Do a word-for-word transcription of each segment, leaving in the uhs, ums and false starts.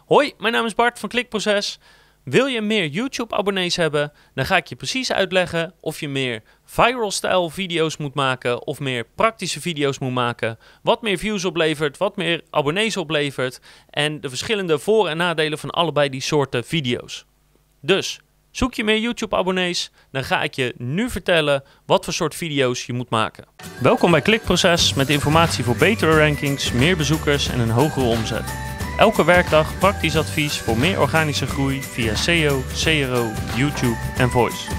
Hoi, mijn naam is Bart van Klikproces. Wil je meer YouTube-abonnees hebben? Dan ga ik je precies uitleggen of je meer viral-style video's moet maken of meer praktische video's moet maken. Wat meer views oplevert, wat meer abonnees oplevert en de verschillende voor- en nadelen van allebei die soorten video's. Dus, zoek je meer YouTube-abonnees? Dan ga ik je nu vertellen wat voor soort video's je moet maken. Welkom bij Klikproces met informatie voor betere rankings, meer bezoekers en een hogere omzet. Elke werkdag praktisch advies voor meer organische groei via S E O, C R O, YouTube en Voice.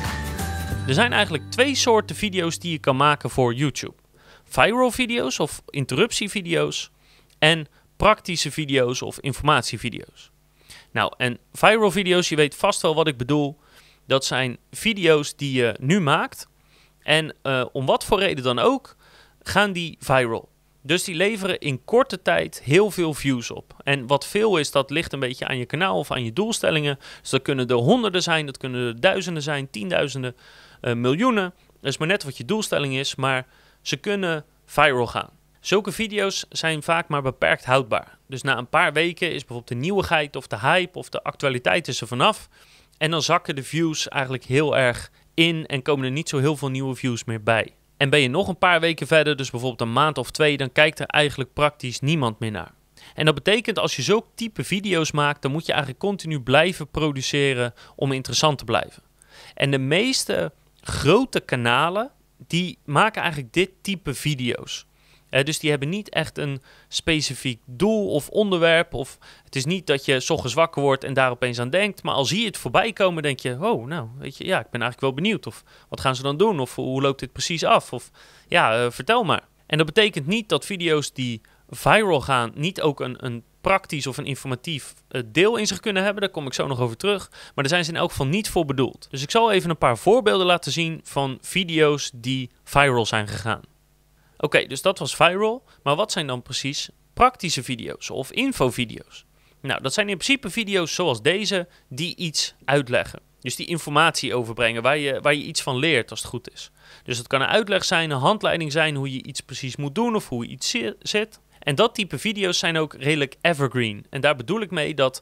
Er zijn eigenlijk twee soorten video's die je kan maken voor YouTube. Viral video's of interruptievideo's en praktische video's of informatievideo's. Nou, en viral video's, je weet vast wel wat ik bedoel. Dat zijn video's die je nu maakt en uh, om wat voor reden dan ook gaan die viral. Dus die leveren in korte tijd heel veel views op. En wat veel is, dat ligt een beetje aan je kanaal of aan je doelstellingen. Dus dat kunnen er honderden zijn, dat kunnen er duizenden zijn, tienduizenden, uh, miljoenen. Dat is maar net wat je doelstelling is, maar ze kunnen viral gaan. Zulke video's zijn vaak maar beperkt houdbaar. Dus na een paar weken is bijvoorbeeld de nieuwigheid of de hype of de actualiteit is er vanaf. En dan zakken de views eigenlijk heel erg in en komen er niet zo heel veel nieuwe views meer bij. En ben je nog een paar weken verder, dus bijvoorbeeld een maand of twee, dan kijkt er eigenlijk praktisch niemand meer naar. En dat betekent als je zulk type video's maakt, dan moet je eigenlijk continu blijven produceren om interessant te blijven. En de meeste grote kanalen, die maken eigenlijk dit type video's. Uh, dus die hebben niet echt een specifiek doel of onderwerp. Of het is niet dat je 's ochtends wakker wordt en daar opeens aan denkt. Maar als zie je het voorbij komen, denk je, oh, nou, weet je, ja, ik ben eigenlijk wel benieuwd. Of wat gaan ze dan doen? Of hoe loopt dit precies af? Of ja, uh, vertel maar. En dat betekent niet dat video's die viral gaan niet ook een, een praktisch of een informatief uh, deel in zich kunnen hebben. Daar kom ik zo nog over terug. Maar daar zijn ze in elk geval niet voor bedoeld. Dus ik zal even een paar voorbeelden laten zien van video's die viral zijn gegaan. Oké, okay, dus dat was viral, maar wat zijn dan precies praktische video's of infovideo's? Nou, dat zijn in principe video's zoals deze die iets uitleggen. Dus die informatie overbrengen, waar je, waar je iets van leert als het goed is. Dus het kan een uitleg zijn, een handleiding zijn hoe je iets precies moet doen of hoe je iets zit. En dat type video's zijn ook redelijk evergreen. En daar bedoel ik mee dat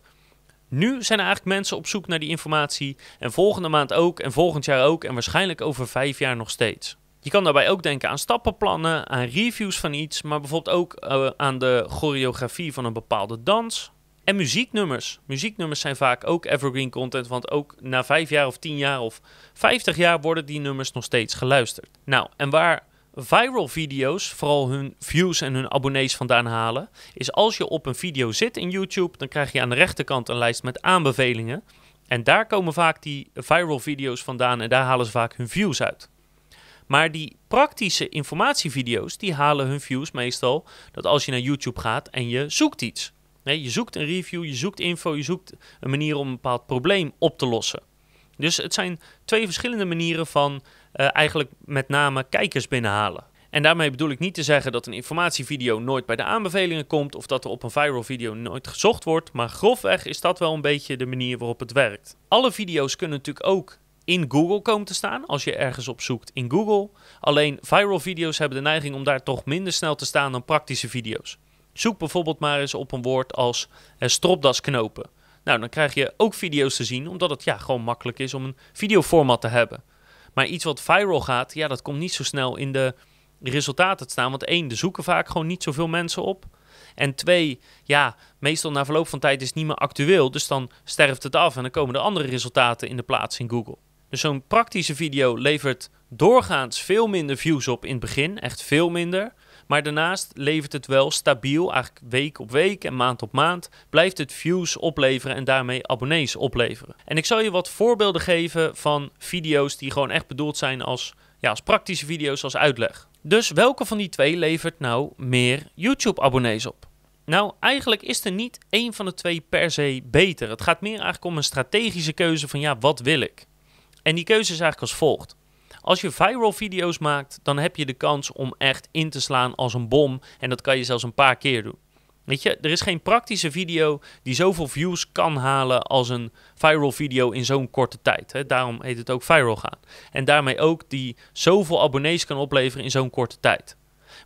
nu zijn er eigenlijk mensen op zoek naar die informatie en volgende maand ook en volgend jaar ook en waarschijnlijk over vijf jaar nog steeds. Je kan daarbij ook denken aan stappenplannen, aan reviews van iets, maar bijvoorbeeld ook uh, aan de choreografie van een bepaalde dans. En muzieknummers. Muzieknummers zijn vaak ook evergreen content, want ook na vijf jaar of tien jaar of vijftig jaar worden die nummers nog steeds geluisterd. Nou, en waar viral video's vooral hun views en hun abonnees vandaan halen, is als je op een video zit in YouTube, dan krijg je aan de rechterkant een lijst met aanbevelingen. En daar komen vaak die viral video's vandaan en daar halen ze vaak hun views uit. Maar die praktische informatievideo's, die halen hun views meestal dat als je naar YouTube gaat en je zoekt iets. Nee, je zoekt een review, je zoekt info, je zoekt een manier om een bepaald probleem op te lossen. Dus het zijn twee verschillende manieren van uh, eigenlijk met name kijkers binnenhalen. En daarmee bedoel ik niet te zeggen dat een informatievideo nooit bij de aanbevelingen komt of dat er op een viral video nooit gezocht wordt, maar grofweg is dat wel een beetje de manier waarop het werkt. Alle video's kunnen natuurlijk ook in Google komen te staan, als je ergens op zoekt in Google. Alleen viral video's hebben de neiging om daar toch minder snel te staan dan praktische video's. Zoek bijvoorbeeld maar eens op een woord als eh, stropdasknopen. Nou, dan krijg je ook video's te zien, omdat het ja, gewoon makkelijk is om een videoformat te hebben. Maar iets wat viral gaat, ja, dat komt niet zo snel in de resultaten te staan. Want één, er zoeken vaak gewoon niet zoveel mensen op. En twee, ja, meestal na verloop van tijd is het niet meer actueel. Dus dan sterft het af en dan komen er andere resultaten in de plaats in Google. Dus zo'n praktische video levert doorgaans veel minder views op in het begin, echt veel minder. Maar daarnaast levert het wel stabiel, eigenlijk week op week en maand op maand, blijft het views opleveren en daarmee abonnees opleveren. En ik zal je wat voorbeelden geven van video's die gewoon echt bedoeld zijn als, ja, als praktische video's als uitleg. Dus welke van die twee levert nou meer YouTube-abonnees op? Nou, eigenlijk is er niet één van de twee per se beter. Het gaat meer eigenlijk om een strategische keuze van ja, wat wil ik? En die keuze is eigenlijk als volgt. Als je viral video's maakt, dan heb je de kans om echt in te slaan als een bom. En dat kan je zelfs een paar keer doen. Weet je, er is geen praktische video die zoveel views kan halen als een viral video in zo'n korte tijd. Hè. Daarom heet het ook viral gaan. En daarmee ook die zoveel abonnees kan opleveren in zo'n korte tijd.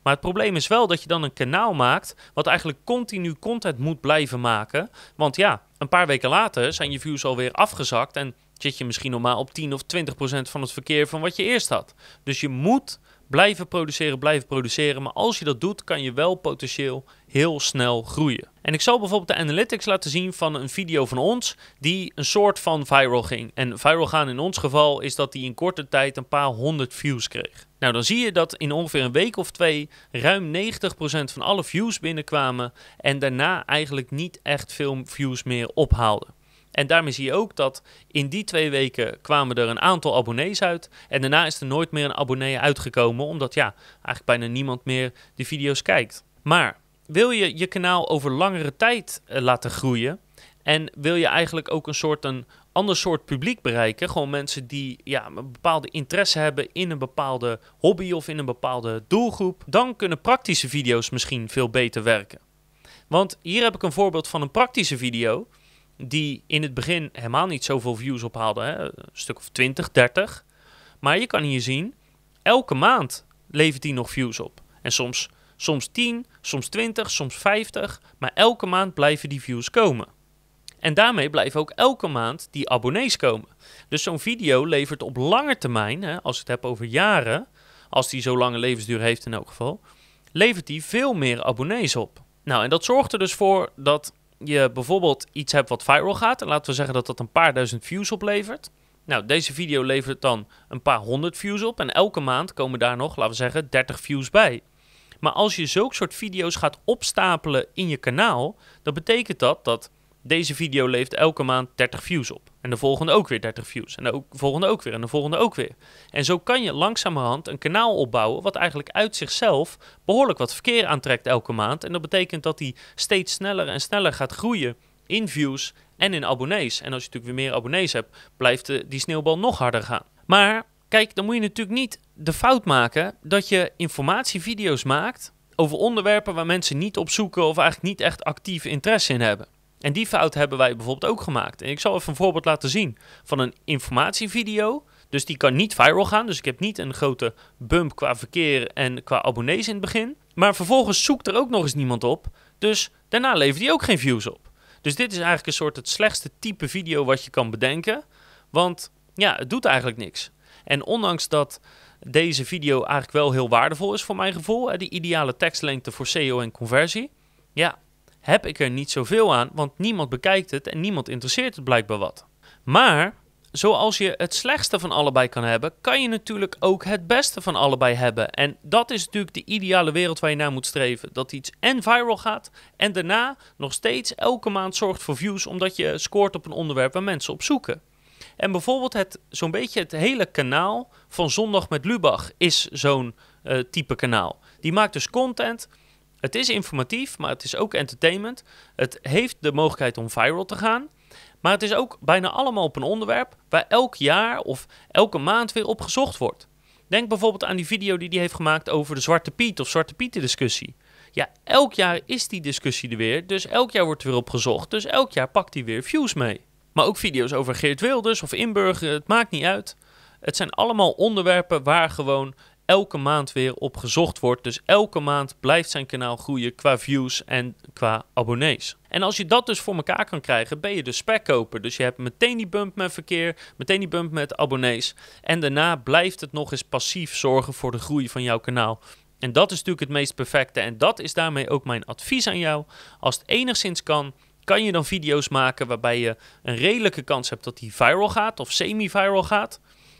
Maar het probleem is wel dat je dan een kanaal maakt wat eigenlijk continu content moet blijven maken. Want ja, een paar weken later zijn je views alweer afgezakt en zit je misschien nog maar op tien of twintig procent van het verkeer van wat je eerst had. Dus je moet blijven produceren, blijven produceren. Maar als je dat doet, kan je wel potentieel heel snel groeien. En ik zal bijvoorbeeld de analytics laten zien van een video van ons die een soort van viral ging. En viral gaan in ons geval is dat die in korte tijd een paar honderd views kreeg. Nou, dan zie je dat in ongeveer een week of twee ruim negentig procent van alle views binnenkwamen en daarna eigenlijk niet echt veel views meer ophaalden. En daarmee zie je ook dat in die twee weken kwamen er een aantal abonnees uit. En daarna is er nooit meer een abonnee uitgekomen. Omdat ja, eigenlijk bijna niemand meer die video's kijkt. Maar wil je je kanaal over langere tijd uh, laten groeien. En wil je eigenlijk ook een soort een ander soort publiek bereiken. Gewoon mensen die ja, een bepaalde interesse hebben in een bepaalde hobby of in een bepaalde doelgroep. Dan kunnen praktische video's misschien veel beter werken. Want hier heb ik een voorbeeld van een praktische video die in het begin helemaal niet zoveel views ophaalde. Hè? Een stuk of twintig, dertig. Maar je kan hier zien, elke maand levert die nog views op. En soms, soms tien, soms twintig, soms vijftig. Maar elke maand blijven die views komen. En daarmee blijven ook elke maand die abonnees komen. Dus zo'n video levert op lange termijn, hè, als ik het heb over jaren, als die zo lange levensduur heeft in elk geval, levert die veel meer abonnees op. Nou, en dat zorgt er dus voor dat je bijvoorbeeld iets hebt wat viral gaat. En laten we zeggen dat dat een paar duizend views oplevert. Nou, deze video levert dan een paar honderd views op. En elke maand komen daar nog, laten we zeggen, dertig views bij. Maar als je zulke soort video's gaat opstapelen in je kanaal, dan betekent dat dat deze video levert elke maand dertig views op. En de volgende ook weer dertig views. En de volgende ook weer. En de volgende ook weer. En zo kan je langzamerhand een kanaal opbouwen wat eigenlijk uit zichzelf behoorlijk wat verkeer aantrekt elke maand. En dat betekent dat die steeds sneller en sneller gaat groeien in views en in abonnees. En als je natuurlijk weer meer abonnees hebt, blijft de, die sneeuwbal nog harder gaan. Maar kijk, dan moet je natuurlijk niet de fout maken dat je informatievideo's maakt over onderwerpen waar mensen niet op zoeken of eigenlijk niet echt actief interesse in hebben. En die fout hebben wij bijvoorbeeld ook gemaakt. En ik zal even een voorbeeld laten zien van een informatievideo. Dus die kan niet viral gaan. Dus ik heb niet een grote bump qua verkeer en qua abonnees in het begin. Maar vervolgens zoekt er ook nog eens niemand op. Dus daarna levert die ook geen views op. Dus dit is eigenlijk een soort het slechtste type video wat je kan bedenken. Want ja, het doet eigenlijk niks. En ondanks dat deze video eigenlijk wel heel waardevol is voor mijn gevoel. Die ideale tekstlengte voor S E O en conversie. Ja, heb ik er niet zoveel aan, want niemand bekijkt het en niemand interesseert het blijkbaar wat. Maar zoals je het slechtste van allebei kan hebben, kan je natuurlijk ook het beste van allebei hebben. En dat is natuurlijk de ideale wereld waar je naar moet streven. Dat iets en viral gaat en daarna nog steeds elke maand zorgt voor views, omdat je scoort op een onderwerp waar mensen op zoeken. En bijvoorbeeld het, zo'n beetje het hele kanaal van Zondag met Lubach is zo'n uh, type kanaal. Die maakt dus content. Het is informatief, maar het is ook entertainment. Het heeft de mogelijkheid om viral te gaan. Maar het is ook bijna allemaal op een onderwerp waar elk jaar of elke maand weer op gezocht wordt. Denk bijvoorbeeld aan die video die hij heeft gemaakt over de Zwarte Piet of Zwarte Pieten discussie. Ja, elk jaar is die discussie er weer, dus elk jaar wordt er weer op gezocht. Dus elk jaar pakt hij weer views mee. Maar ook video's over Geert Wilders of Inburger, het maakt niet uit. Het zijn allemaal onderwerpen waar gewoon elke maand weer op gezocht wordt. Dus elke maand blijft zijn kanaal groeien qua views en qua abonnees. En als je dat dus voor elkaar kan krijgen, ben je de spekkoper. Dus je hebt meteen die bump met verkeer, meteen die bump met abonnees. En daarna blijft het nog eens passief zorgen voor de groei van jouw kanaal. En dat is natuurlijk het meest perfecte. En dat is daarmee ook mijn advies aan jou. Als het enigszins kan, kan je dan video's maken waarbij je een redelijke kans hebt dat die viral gaat of semi-viral gaat.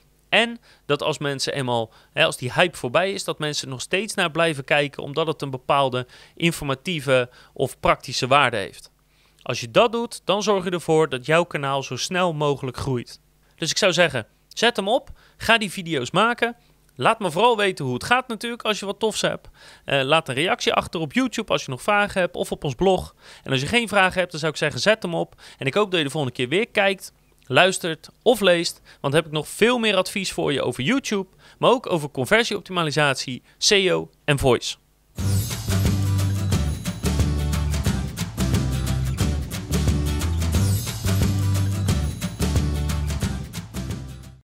En dat als mensen eenmaal, hè, als die hype voorbij is, dat mensen nog steeds naar blijven kijken, omdat het een bepaalde informatieve of praktische waarde heeft. Als je dat doet, dan zorg je ervoor dat jouw kanaal zo snel mogelijk groeit. Dus ik zou zeggen, zet hem op, ga die video's maken. Laat me vooral weten hoe het gaat natuurlijk, als je wat tofs hebt. Uh, laat een reactie achter op YouTube als je nog vragen hebt, of op ons blog. En als je geen vragen hebt, dan zou ik zeggen, zet hem op. En ik hoop dat je de volgende keer weer kijkt, luistert of leest, want dan heb ik nog veel meer advies voor je over YouTube, maar ook over conversieoptimalisatie, S E O en voice.